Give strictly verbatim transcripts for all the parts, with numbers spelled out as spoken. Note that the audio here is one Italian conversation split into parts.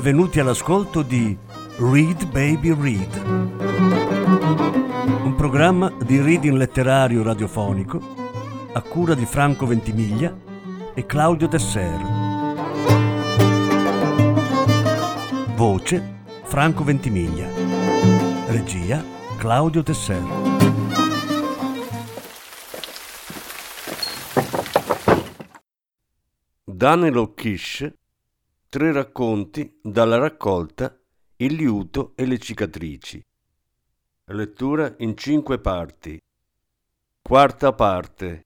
benvenuti all'ascolto di Read Baby Read, un programma di reading letterario radiofonico a cura di Franco Ventimiglia e Claudio Tesser. Voce Franco Ventimiglia. Regia Claudio Tesser. Danilo Kish, tre racconti dalla raccolta Il liuto e le cicatrici. Lettura in cinque parti. Quarta parte.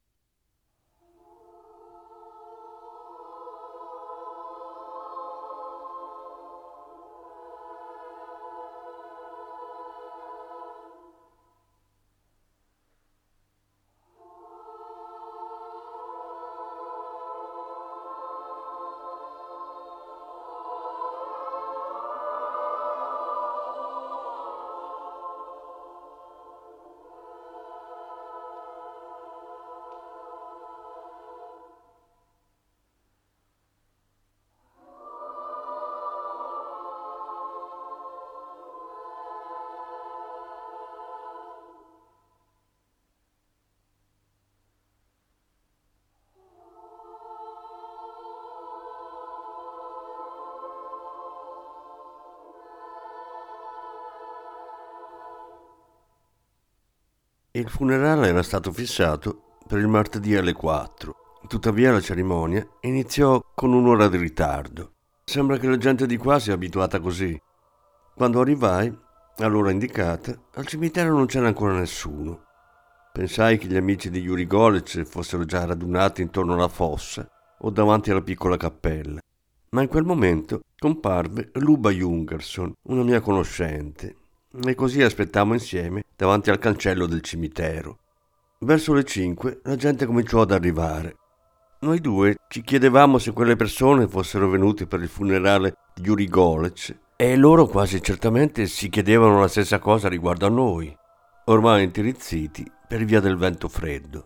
Il funerale era stato fissato per il martedì alle quattro. Tuttavia la cerimonia iniziò con un'ora di ritardo. Sembra che la gente di qua sia abituata così. Quando arrivai, all'ora indicata, al cimitero non c'era ancora nessuno. Pensai che gli amici di Yuri Golec fossero già radunati intorno alla fossa o davanti alla piccola cappella. Ma in quel momento comparve Luba Jungerson, una mia conoscente, e così aspettammo insieme davanti al cancello del cimitero. Verso le cinque la gente cominciò ad arrivare. Noi due ci chiedevamo se quelle persone fossero venute per il funerale di Yuri Golec e loro quasi certamente si chiedevano la stessa cosa riguardo a noi, ormai intirizziti per via del vento freddo.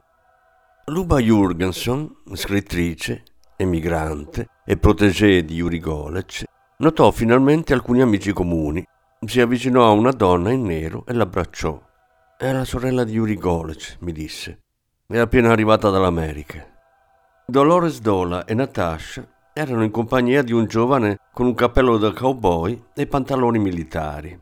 Luba Jurgenson, scrittrice, emigrante e protégé di Yuri Golec, notò finalmente alcuni amici comuni. Si avvicinò a una donna in nero e l'abbracciò. «È la sorella di Yuri Golec», mi disse. «È appena arrivata dall'America». Dolores Dola e Natasha erano in compagnia di un giovane con un cappello da cowboy e pantaloni militari.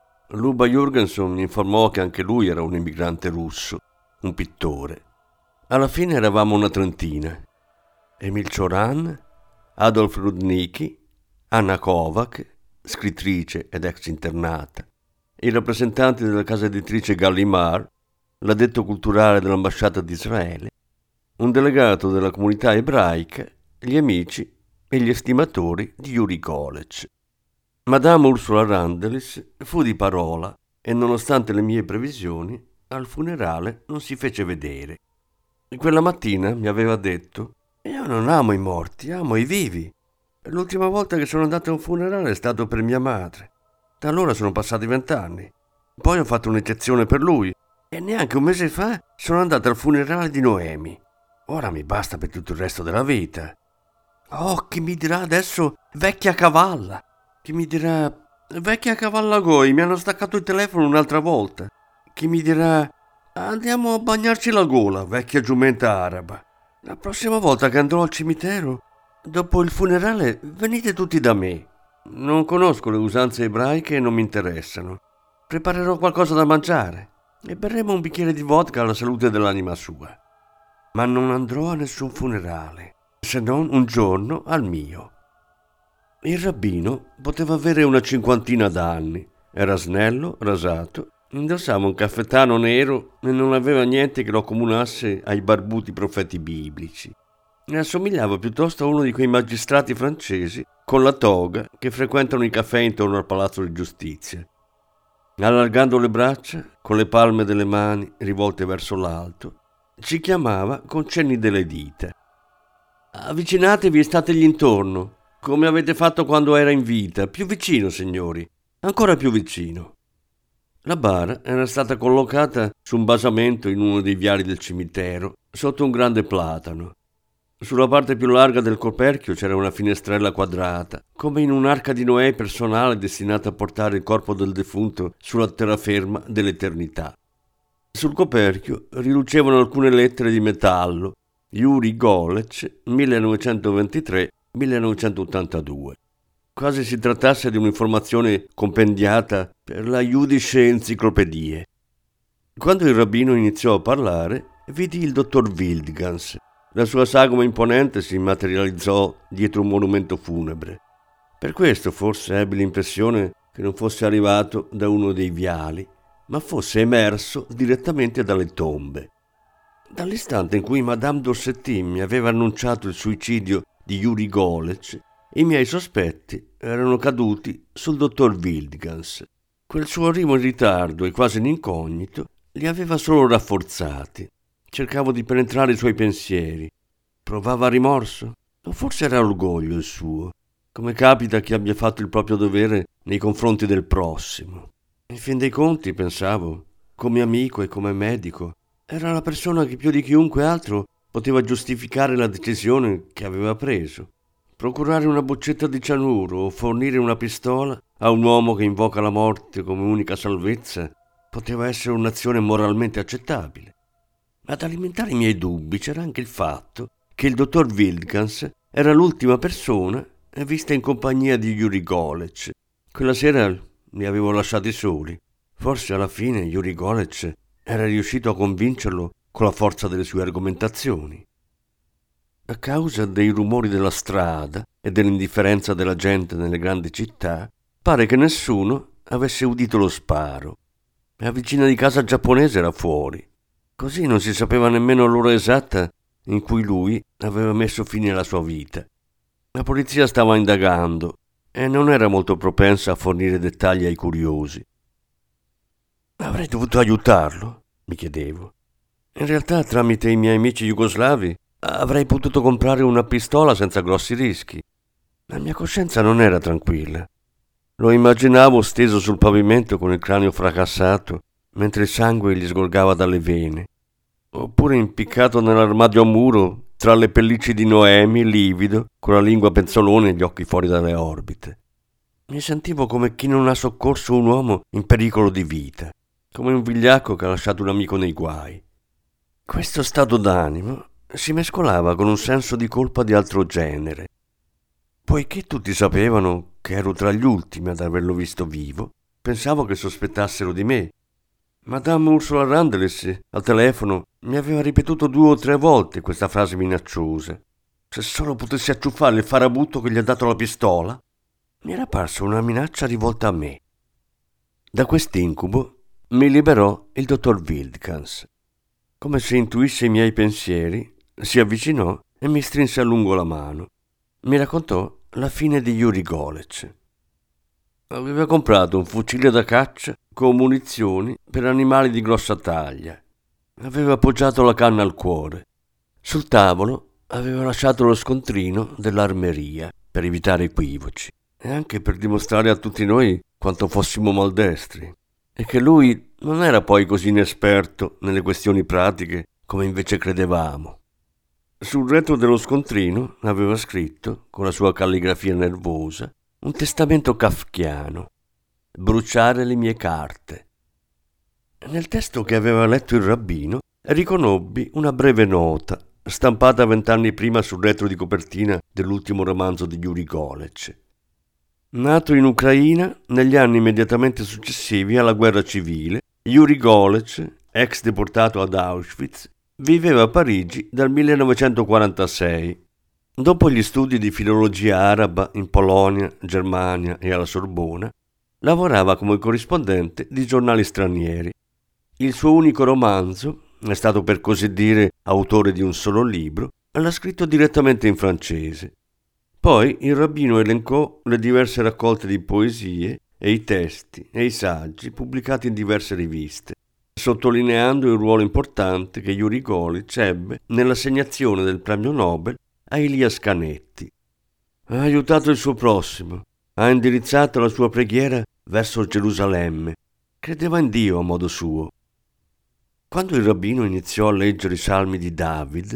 Luba Jurgenson mi informò che anche lui era un immigrante russo, un pittore. Alla fine eravamo una trentina. Emil Cioran, Adolf Rudnicki, Anna Kovac, scrittrice ed ex internata, i rappresentanti della casa editrice Gallimard, l'addetto culturale dell'ambasciata di Israele, un delegato della comunità ebraica, gli amici e gli estimatori di Yuri Golec. Madame Ursula Randelis fu di parola e, nonostante le mie previsioni, al funerale non si fece vedere. Quella mattina mi aveva detto: «Io non amo i morti, amo i vivi. L'ultima volta che sono andato a un funerale è stato per mia madre. Da allora sono passati vent'anni. Poi ho fatto un'eccezione per lui e neanche un mese fa sono andato al funerale di Noemi. Ora mi basta per tutto il resto della vita. Oh, chi mi dirà adesso vecchia cavalla? Chi mi dirà vecchia cavalla goi, mi hanno staccato il telefono un'altra volta. Chi mi dirà andiamo a bagnarci la gola, vecchia giumenta araba. La prossima volta che andrò al cimitero, dopo il funerale, venite tutti da me. Non conosco le usanze ebraiche e non mi interessano. Preparerò qualcosa da mangiare e berremo un bicchiere di vodka alla salute dell'anima sua. Ma non andrò a nessun funerale, se non un giorno al mio». Il rabbino poteva avere una cinquantina d'anni. Era snello, rasato, indossava un caffettano nero e non aveva niente che lo accomunasse ai barbuti profeti biblici. E assomigliava piuttosto a uno di quei magistrati francesi con la toga che frequentano i caffè intorno al Palazzo di Giustizia. Allargando le braccia, con le palme delle mani rivolte verso l'alto, ci chiamava con cenni delle dita. «Avvicinatevi e stategli intorno, come avete fatto quando era in vita. Più vicino, signori, ancora più vicino». La bara era stata collocata su un basamento in uno dei viali del cimitero, sotto un grande platano. Sulla parte più larga del coperchio c'era una finestrella quadrata, come in un'arca di Noè personale destinata a portare il corpo del defunto sulla terraferma dell'eternità. Sul coperchio rilucevano alcune lettere di metallo: Yuri Golec, millenovecentoventitré millenovecentottantadue. Quasi si trattasse di un'informazione compendiata per la Jüdische Enziclopedie. Quando il rabbino iniziò a parlare, vidi il dottor Wildgans. La sua sagoma imponente si materializzò dietro un monumento funebre. Per questo forse ebbi l'impressione che non fosse arrivato da uno dei viali, ma fosse emerso direttamente dalle tombe. Dall'istante in cui Madame Dorsettin mi aveva annunciato il suicidio di Yuri Golec, i miei sospetti erano caduti sul dottor Wildgans. Quel suo arrivo in ritardo e quasi in incognito li aveva solo rafforzati. Cercavo di penetrare i suoi pensieri. Provava rimorso? O forse era orgoglio il suo, come capita a chi abbia fatto il proprio dovere nei confronti del prossimo. In fin dei conti, pensavo, come amico e come medico, era la persona che più di chiunque altro poteva giustificare la decisione che aveva preso. Procurare una boccetta di cianuro o fornire una pistola a un uomo che invoca la morte come unica salvezza poteva essere un'azione moralmente accettabile. Ad alimentare i miei dubbi c'era anche il fatto che il dottor Wildgans era l'ultima persona vista in compagnia di Yuri Golec. Quella sera li avevo lasciati soli. Forse alla fine Yuri Golec era riuscito a convincerlo con la forza delle sue argomentazioni. A causa dei rumori della strada e dell'indifferenza della gente nelle grandi città, pare che nessuno avesse udito lo sparo. La vicina di casa giapponese era fuori. Così non si sapeva nemmeno l'ora esatta in cui lui aveva messo fine alla sua vita. La polizia stava indagando e non era molto propensa a fornire dettagli ai curiosi. Avrei dovuto aiutarlo, mi chiedevo. In realtà, tramite i miei amici jugoslavi, avrei potuto comprare una pistola senza grossi rischi. La mia coscienza non era tranquilla. Lo immaginavo steso sul pavimento con il cranio fracassato, mentre il sangue gli sgorgava dalle vene, oppure impiccato nell'armadio a muro tra le pellicce di Noemi, livido, con la lingua penzolone e gli occhi fuori dalle orbite. Mi sentivo come chi non ha soccorso un uomo in pericolo di vita, come un vigliacco che ha lasciato un amico nei guai. Questo stato d'animo si mescolava con un senso di colpa di altro genere. Poiché tutti sapevano che ero tra gli ultimi ad averlo visto vivo, pensavo che sospettassero di me. Madame Ursula Randles al telefono mi aveva ripetuto due o tre volte questa frase minacciosa. Se solo potessi acciuffare il farabutto che gli ha dato la pistola. Mi era parsa una minaccia rivolta a me. Da quest'incubo mi liberò il dottor Wildgans. Come se intuisse i miei pensieri, si avvicinò e mi strinse a lungo la mano. Mi raccontò la fine di Yuri Golec. Aveva comprato un fucile da caccia con munizioni per animali di grossa taglia. Aveva appoggiato la canna al cuore. Sul tavolo aveva lasciato lo scontrino dell'armeria per evitare equivoci e anche per dimostrare a tutti noi quanto fossimo maldestri e che lui non era poi così inesperto nelle questioni pratiche come invece credevamo. Sul retro dello scontrino aveva scritto, con la sua calligrafia nervosa, un testamento kafkiano: bruciare le mie carte. Nel testo che aveva letto il rabbino riconobbi una breve nota, stampata vent'anni prima sul retro di copertina dell'ultimo romanzo di Yuri Golec. Nato in Ucraina negli anni immediatamente successivi alla guerra civile, Yuri Golec, ex deportato ad Auschwitz, viveva a Parigi dal millenovecentoquarantasei. Dopo gli studi di filologia araba in Polonia, Germania e alla Sorbona, lavorava come corrispondente di giornali stranieri. Il suo unico romanzo, è stato per così dire autore di un solo libro, l'ha scritto direttamente in francese. Poi il rabbino elencò le diverse raccolte di poesie e i testi e i saggi pubblicati in diverse riviste, sottolineando il ruolo importante che Yuri Golec ebbe nell'assegnazione del premio Nobel a Elias Canetti. Ha aiutato il suo prossimo, ha indirizzato la sua preghiera verso Gerusalemme, credeva in Dio a modo suo. Quando il rabbino iniziò a leggere i salmi di David,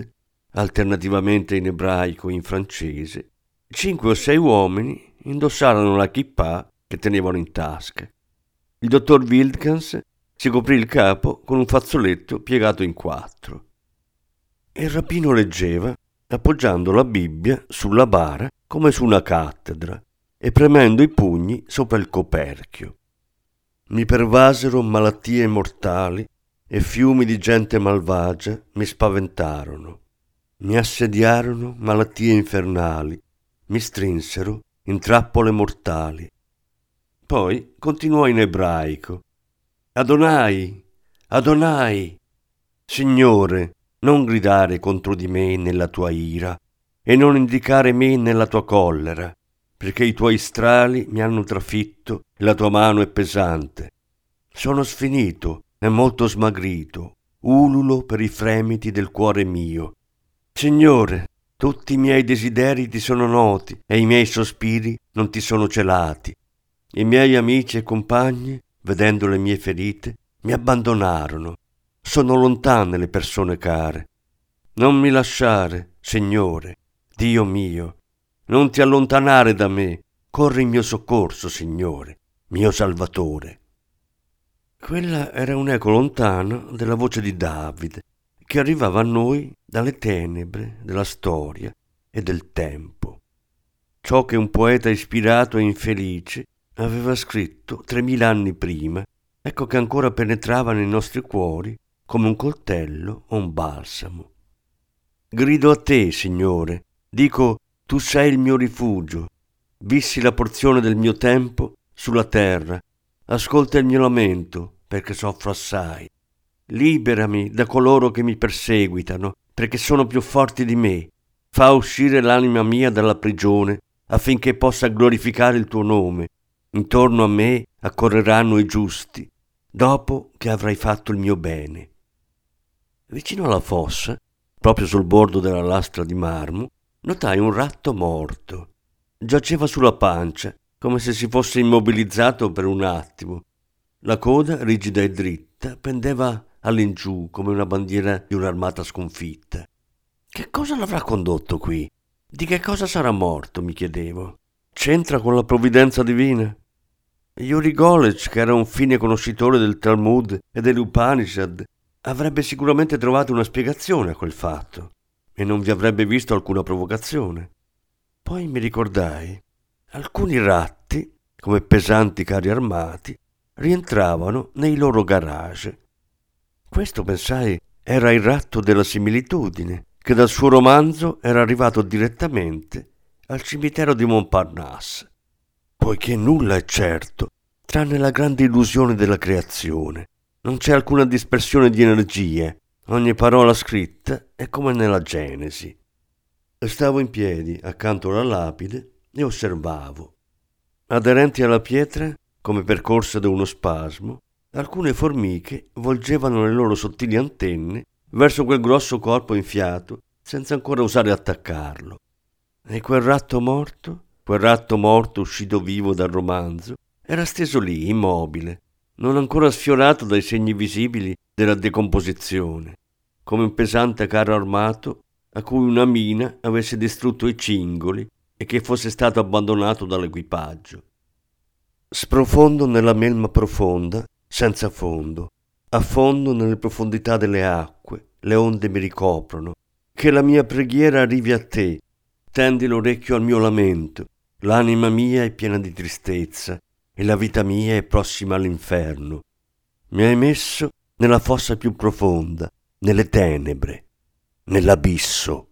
alternativamente in ebraico e in francese, cinque o sei uomini indossarono la kippah che tenevano in tasca. Il dottor Wilkins si coprì il capo con un fazzoletto piegato in quattro. Il rabbino leggeva, appoggiando la Bibbia sulla bara come su una cattedra e premendo i pugni sopra il coperchio. Mi pervasero malattie mortali e fiumi di gente malvagia mi spaventarono. Mi assediarono malattie infernali, mi strinsero in trappole mortali. Poi continuò in ebraico. Adonai, Adonai, Signore, non gridare contro di me nella tua ira e non indicare me nella tua collera, perché i tuoi strali mi hanno trafitto e la tua mano è pesante. Sono sfinito e molto smagrito, ululo per i fremiti del cuore mio. Signore, tutti i miei desideri ti sono noti e i miei sospiri non ti sono celati. I miei amici e compagni, vedendo le mie ferite, mi abbandonarono. Sono lontane le persone care. Non mi lasciare, Signore, Dio mio. Non ti allontanare da me. Corri in mio soccorso, Signore, mio Salvatore. Quella era un'eco lontana della voce di Davide, che arrivava a noi dalle tenebre della storia e del tempo. Ciò che un poeta ispirato e infelice aveva scritto tremila anni prima, ecco che ancora penetrava nei nostri cuori come un coltello o un balsamo. Grido a te, Signore, dico, tu sei il mio rifugio. Vissi la porzione del mio tempo sulla terra. Ascolta il mio lamento, perché soffro assai. Liberami da coloro che mi perseguitano, perché sono più forti di me. Fa uscire l'anima mia dalla prigione, affinché possa glorificare il tuo nome. Intorno a me accorreranno i giusti, dopo che avrai fatto il mio bene. Vicino alla fossa, proprio sul bordo della lastra di marmo, notai un ratto morto. Giaceva sulla pancia, come se si fosse immobilizzato per un attimo. La coda, rigida e dritta, pendeva all'ingiù come una bandiera di un'armata sconfitta. Che cosa l'avrà condotto qui? Di che cosa sarà morto, mi chiedevo. C'entra con la provvidenza divina? Yuri Golech, che era un fine conoscitore del Talmud e dell'Upanishad, avrebbe sicuramente trovato una spiegazione a quel fatto e non vi avrebbe visto alcuna provocazione. Poi mi ricordai, alcuni ratti, come pesanti carri armati, rientravano nei loro garage. Questo, pensai, era il ratto della similitudine, che dal suo romanzo era arrivato direttamente al cimitero di Montparnasse, poiché nulla è certo, tranne la grande illusione della creazione. Non c'è alcuna dispersione di energie, ogni parola scritta è come nella Genesi. Stavo in piedi accanto alla lapide e osservavo. Aderenti alla pietra, come percorse da uno spasmo, alcune formiche volgevano le loro sottili antenne verso quel grosso corpo infiato senza ancora osare attaccarlo. E quel ratto morto, quel ratto morto uscito vivo dal romanzo, era steso lì, immobile, non ancora sfiorato dai segni visibili della decomposizione, come un pesante carro armato a cui una mina avesse distrutto i cingoli e che fosse stato abbandonato dall'equipaggio. Sprofondo nella melma profonda, senza fondo, affondo nelle profondità delle acque, le onde mi ricoprono. Che la mia preghiera arrivi a te, tendi l'orecchio al mio lamento, l'anima mia è piena di tristezza e la vita mia è prossima all'inferno. Mi hai messo nella fossa più profonda, nelle tenebre, nell'abisso.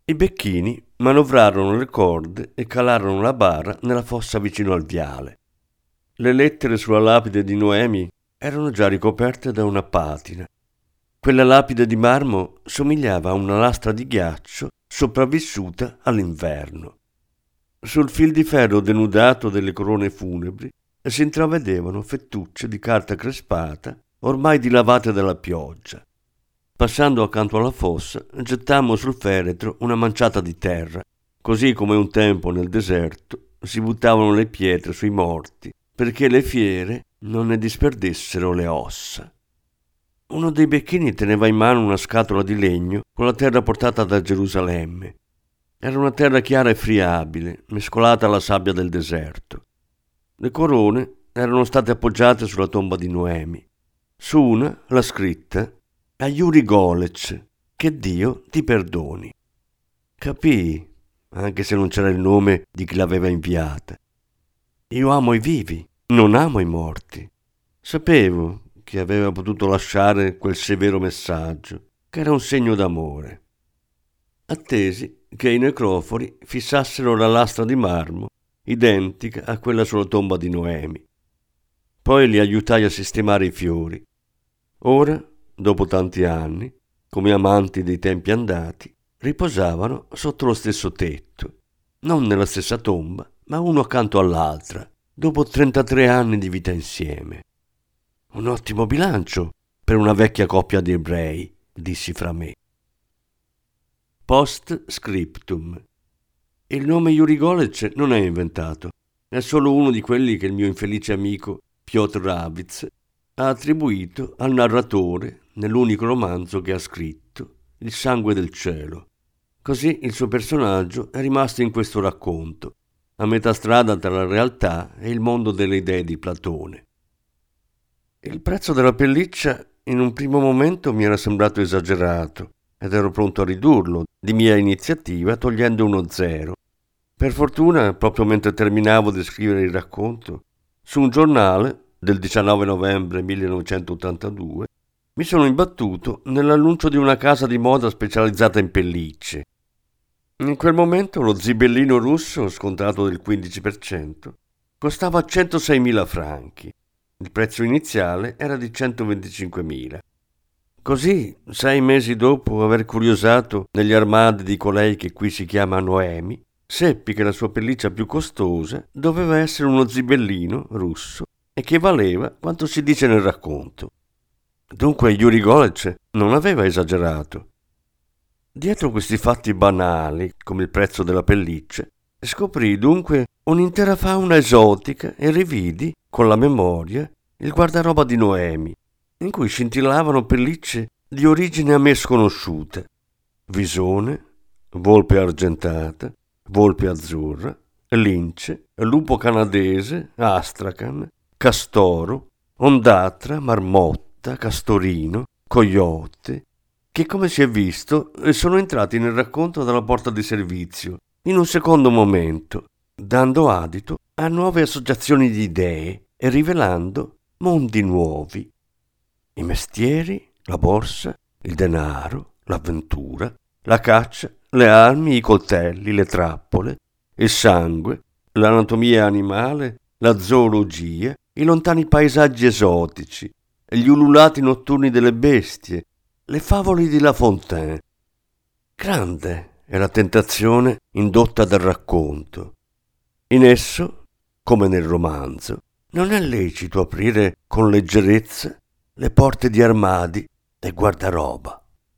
I becchini manovrarono le corde e calarono la bara nella fossa vicino al viale. Le lettere sulla lapide di Noemi erano già ricoperte da una patina. Quella lapide di marmo somigliava a una lastra di ghiaccio sopravvissuta all'inverno. Sul fil di ferro denudato delle corone funebri si intravedevano fettucce di carta crespata ormai dilavate dalla pioggia. Passando accanto alla fossa, gettammo sul feretro una manciata di terra, così come un tempo nel deserto si buttavano le pietre sui morti, perché le fiere non ne disperdessero le ossa. Uno dei becchini teneva in mano una scatola di legno con la terra portata da Gerusalemme. Era una terra chiara e friabile, mescolata alla sabbia del deserto. Le corone erano state appoggiate sulla tomba di Noemi. Su una, la scritta a Yuri Golec, che Dio ti perdoni. Capii, anche se non c'era il nome di chi l'aveva inviata. Io amo i vivi, non amo i morti. Sapevo che aveva potuto lasciare quel severo messaggio, che era un segno d'amore. Attesi che i necrofori fissassero la lastra di marmo identica a quella sulla tomba di Noemi. Poi li aiutai a sistemare i fiori. Ora, dopo tanti anni, come amanti dei tempi andati, riposavano sotto lo stesso tetto, non nella stessa tomba, ma uno accanto all'altra, dopo trentatré anni di vita insieme. Un ottimo bilancio per una vecchia coppia di ebrei, dissi fra me. Post scriptum. Il nome Yuri Golec non è inventato, è solo uno di quelli che il mio infelice amico Piotr Ravitz ha attribuito al narratore nell'unico romanzo che ha scritto, Il sangue del cielo. Così il suo personaggio è rimasto in questo racconto, a metà strada tra la realtà e il mondo delle idee di Platone. Il prezzo della pelliccia in un primo momento mi era sembrato esagerato ed ero pronto a ridurlo, di mia iniziativa, togliendo uno zero. Per fortuna, proprio mentre terminavo di scrivere il racconto, su un giornale del diciannove novembre millenovecentottantadue mi sono imbattuto nell'annuncio di una casa di moda specializzata in pellicce. In quel momento lo zibellino russo, scontato del quindici per cento, costava centoseimila franchi. Il prezzo iniziale era di centoventicinquemila. Così, sei mesi dopo aver curiosato negli armadi di colei che qui si chiama Noemi, seppi che la sua pelliccia più costosa doveva essere uno zibellino russo e che valeva quanto si dice nel racconto. Dunque Yuri Golec non aveva esagerato. Dietro questi fatti banali, come il prezzo della pelliccia, scoprì dunque un'intera fauna esotica e rividi, con la memoria, il guardaroba di Noemi, in cui scintillavano pellicce di origine a me sconosciuta. Visone, volpe argentata, volpe azzurra, lince, lupo canadese, astracan, castoro, ondatra, marmotta, castorino, coyote, che come si è visto sono entrati nel racconto dalla porta di servizio, in un secondo momento, dando adito a nuove associazioni di idee e rivelando mondi nuovi. I mestieri, la borsa, il denaro, l'avventura, la caccia, le armi, i coltelli, le trappole, il sangue, l'anatomia animale, la zoologia, i lontani paesaggi esotici, gli ululati notturni delle bestie, le favole di La Fontaine. Grande è la tentazione indotta dal racconto. In esso, come nel romanzo, non è lecito aprire con leggerezza le porte di armadi e guardaroba.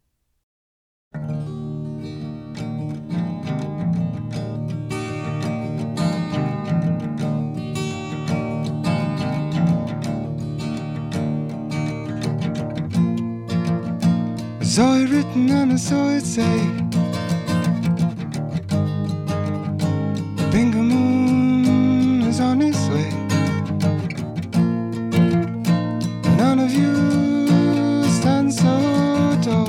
I saw it written and I saw it say, the Bingo Moon is on its way. None of you stand so tall.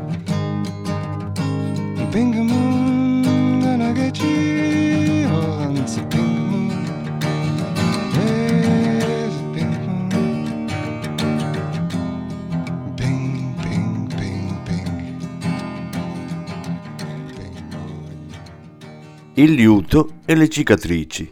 The Bingo Moon gonna get you all. It's a Bingo Moon. There's a Bingo Moon. Bing, bing, bing, bing. Bingo Moon. Il liuto e le cicatrici.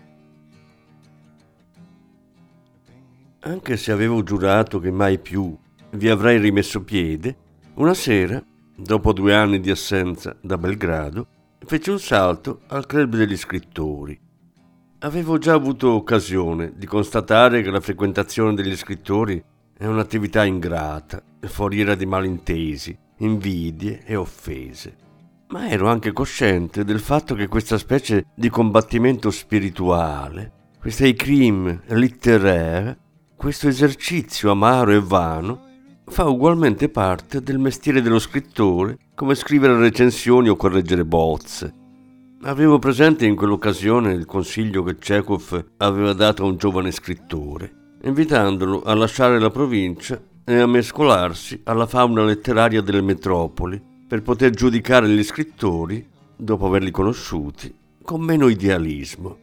Anche se avevo giurato che mai più vi avrei rimesso piede, una sera, dopo due anni di assenza da Belgrado, feci un salto al club degli scrittori. Avevo già avuto occasione di constatare che la frequentazione degli scrittori è un'attività ingrata, foriera di malintesi, invidie e offese. Ma ero anche cosciente del fatto che questa specie di combattimento spirituale, questa écrime littéraire, questo esercizio amaro e vano, fa ugualmente parte del mestiere dello scrittore, come scrivere recensioni o correggere bozze. Avevo presente in quell'occasione il consiglio che Chekhov aveva dato a un giovane scrittore, invitandolo a lasciare la provincia e a mescolarsi alla fauna letteraria delle metropoli per poter giudicare gli scrittori, dopo averli conosciuti, con meno idealismo.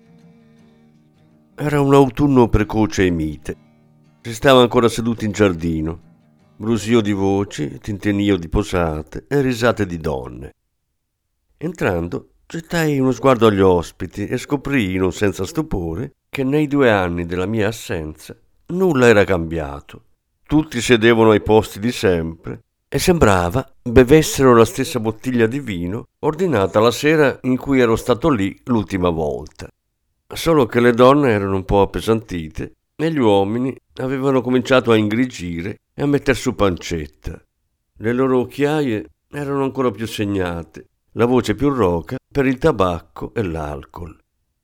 Era un autunno precoce e mite. Si stava ancora seduti in giardino. Brusio di voci, tintinnio di posate e risate di donne. Entrando, gettai uno sguardo agli ospiti e scoprii, non senza stupore, che nei due anni della mia assenza nulla era cambiato. Tutti sedevano ai posti di sempre e sembrava bevessero la stessa bottiglia di vino ordinata la sera in cui ero stato lì l'ultima volta. Solo che le donne erano un po' appesantite e gli uomini avevano cominciato a ingrigire e a metter su pancetta. Le loro occhiaie erano ancora più segnate, la voce più roca per il tabacco e l'alcol.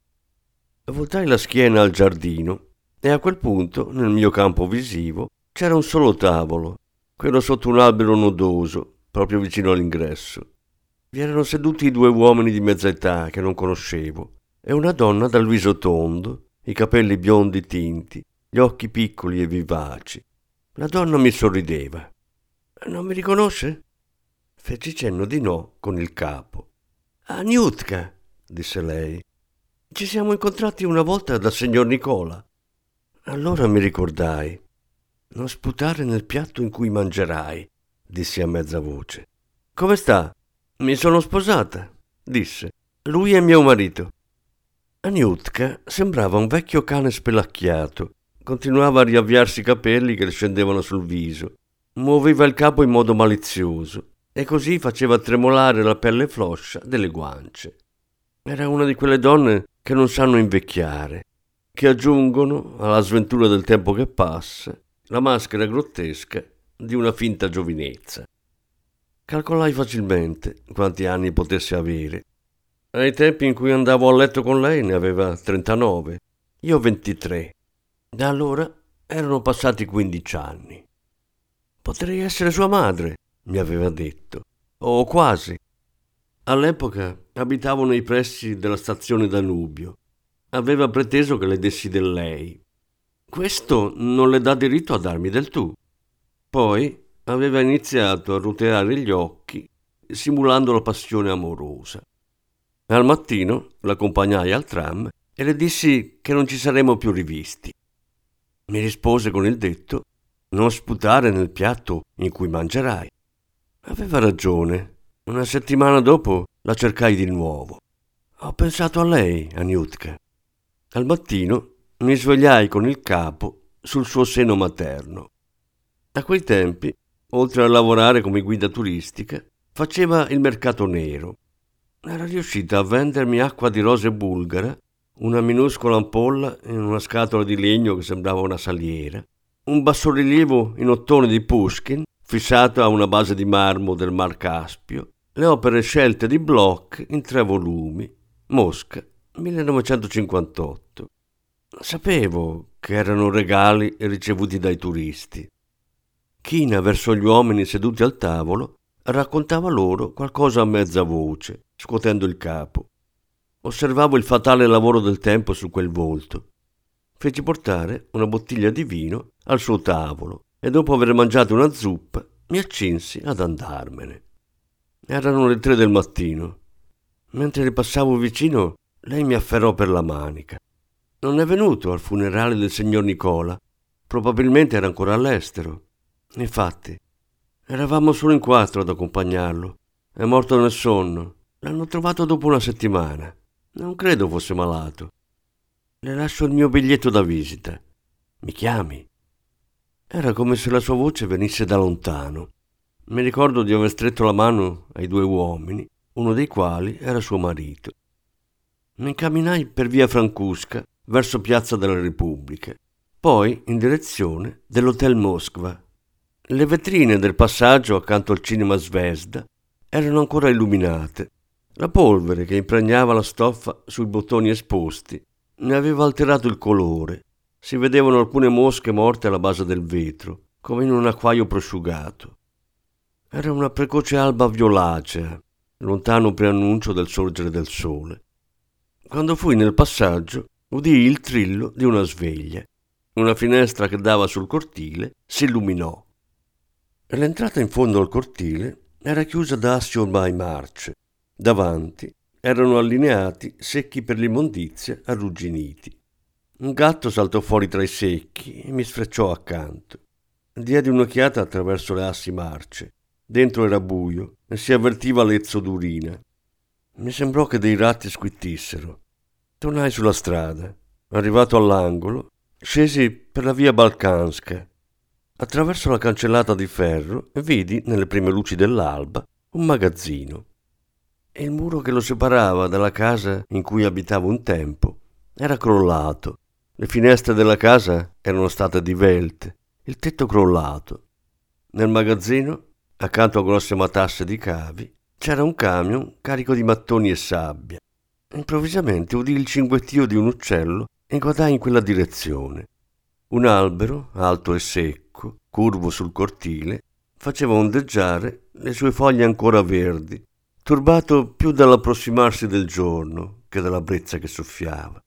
Voltai la schiena al giardino e a quel punto, nel mio campo visivo, c'era un solo tavolo, quello sotto un albero nodoso, proprio vicino all'ingresso. Vi erano seduti due uomini di mezza età che non conoscevo e una donna dal viso tondo, i capelli biondi tinti, gli occhi piccoli e vivaci. La donna mi sorrideva. «Non mi riconosce?» Feci cenno di no con il capo. «Aniutka», disse lei. «Ci siamo incontrati una volta dal signor Nicola». Allora mi ricordai. «Non sputare nel piatto in cui mangerai», dissi a mezza voce. «Come sta?» «Mi sono sposata», disse. «Lui è mio marito». Aniutka sembrava un vecchio cane spelacchiato. Continuava a riavviarsi i capelli che le scendevano sul viso. Muoveva il capo in modo malizioso e così faceva tremolare la pelle floscia delle guance. Era una di quelle donne che non sanno invecchiare, che aggiungono alla sventura del tempo che passa la maschera grottesca di una finta giovinezza. Calcolai facilmente quanti anni potesse avere. Ai tempi in cui andavo a letto con lei ne aveva trentanove, io ventitré. Da allora erano passati quindici anni. «Potrei essere sua madre», mi aveva detto, o quasi. All'epoca abitavo nei pressi della stazione Danubio. Aveva preteso che le dessi del lei. Questo non le dà diritto a darmi del tu. Poi aveva iniziato a roteare gli occhi, simulando la passione amorosa. Al mattino l'accompagnai al tram e le dissi che non ci saremmo più rivisti. Mi rispose con il detto: «Non sputare nel piatto in cui mangerai». Aveva ragione. Una settimana dopo la cercai di nuovo. Ho pensato a lei, Aniutka. Al mattino mi svegliai con il capo sul suo seno materno. A quei tempi, oltre a lavorare come guida turistica, faceva il mercato nero. Era riuscita a vendermi acqua di rose bulgara, una minuscola ampolla in una scatola di legno che sembrava una saliera, un bassorilievo in ottone di Pushkin fissato a una base di marmo del Mar Caspio, le opere scelte di Bloch in tre volumi, Mosca, millenovecentocinquantotto. Sapevo che erano regali ricevuti dai turisti. China verso gli uomini seduti al tavolo raccontava loro qualcosa a mezza voce, scuotendo il capo. Osservavo il fatale lavoro del tempo su quel volto. Feci portare una bottiglia di vino al suo tavolo e dopo aver mangiato una zuppa mi accinsi ad andarmene. Erano le tre del mattino. Mentre le passavo vicino, lei mi afferrò per la manica. Non è venuto al funerale del signor Nicola. Probabilmente era ancora all'estero. Infatti, eravamo solo in quattro ad accompagnarlo. È morto nel sonno. L'hanno trovato dopo una settimana. Non credo fosse malato. Le lascio il mio biglietto da visita. Mi chiami?» Era come se la sua voce venisse da lontano. Mi ricordo di aver stretto la mano ai due uomini, uno dei quali era suo marito. Mi incamminai per via Francusca verso Piazza della Repubblica, poi in direzione dell'Hotel Moskva. Le vetrine del passaggio accanto al cinema Zvezda erano ancora illuminate. La polvere che impregnava la stoffa sui bottoni esposti ne aveva alterato il colore. Si vedevano alcune mosche morte alla base del vetro, come in un acquaio prosciugato. Era una precoce alba violacea, lontano preannuncio del sorgere del sole. Quando fui nel passaggio, udii il trillo di una sveglia. Una finestra che dava sul cortile si illuminò. L'entrata in fondo al cortile era chiusa da assi ormai marce. Davanti erano allineati secchi per l'immondizia arrugginiti. Un gatto saltò fuori tra i secchi e mi sfrecciò accanto. Diedi un'occhiata attraverso le assi marce. Dentro era buio e si avvertiva lezzo d'urina. Mi sembrò che dei ratti squittissero. Tornai sulla strada. Arrivato all'angolo, scesi per la via Balkanska. Attraverso la cancellata di ferro vidi, nelle prime luci dell'alba, un magazzino. E il muro che lo separava dalla casa in cui abitavo un tempo era crollato. Le finestre della casa erano state divelte, il tetto crollato. Nel magazzino, accanto a grosse matasse di cavi, c'era un camion carico di mattoni e sabbia. Improvvisamente udì il cinguettio di un uccello e guardai in quella direzione. Un albero, alto e secco, curvo sul cortile, faceva ondeggiare le sue foglie ancora verdi, turbato più dall'approssimarsi del giorno che dalla brezza che soffiava.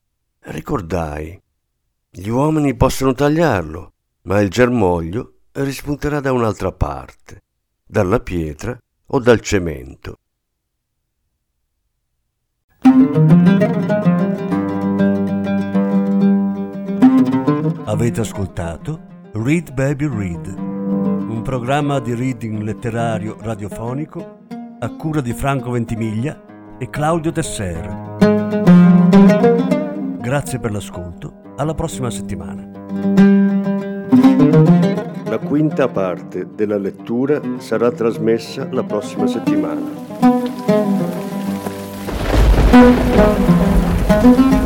Ricordai: gli uomini possono tagliarlo, ma il germoglio rispunterà da un'altra parte, dalla pietra o dal cemento. Avete ascoltato Read Baby Read, un programma di reading letterario radiofonico a cura di Franco Ventimiglia e Claudio Tesser. Grazie per l'ascolto, alla prossima settimana. La quinta parte della lettura sarà trasmessa la prossima settimana.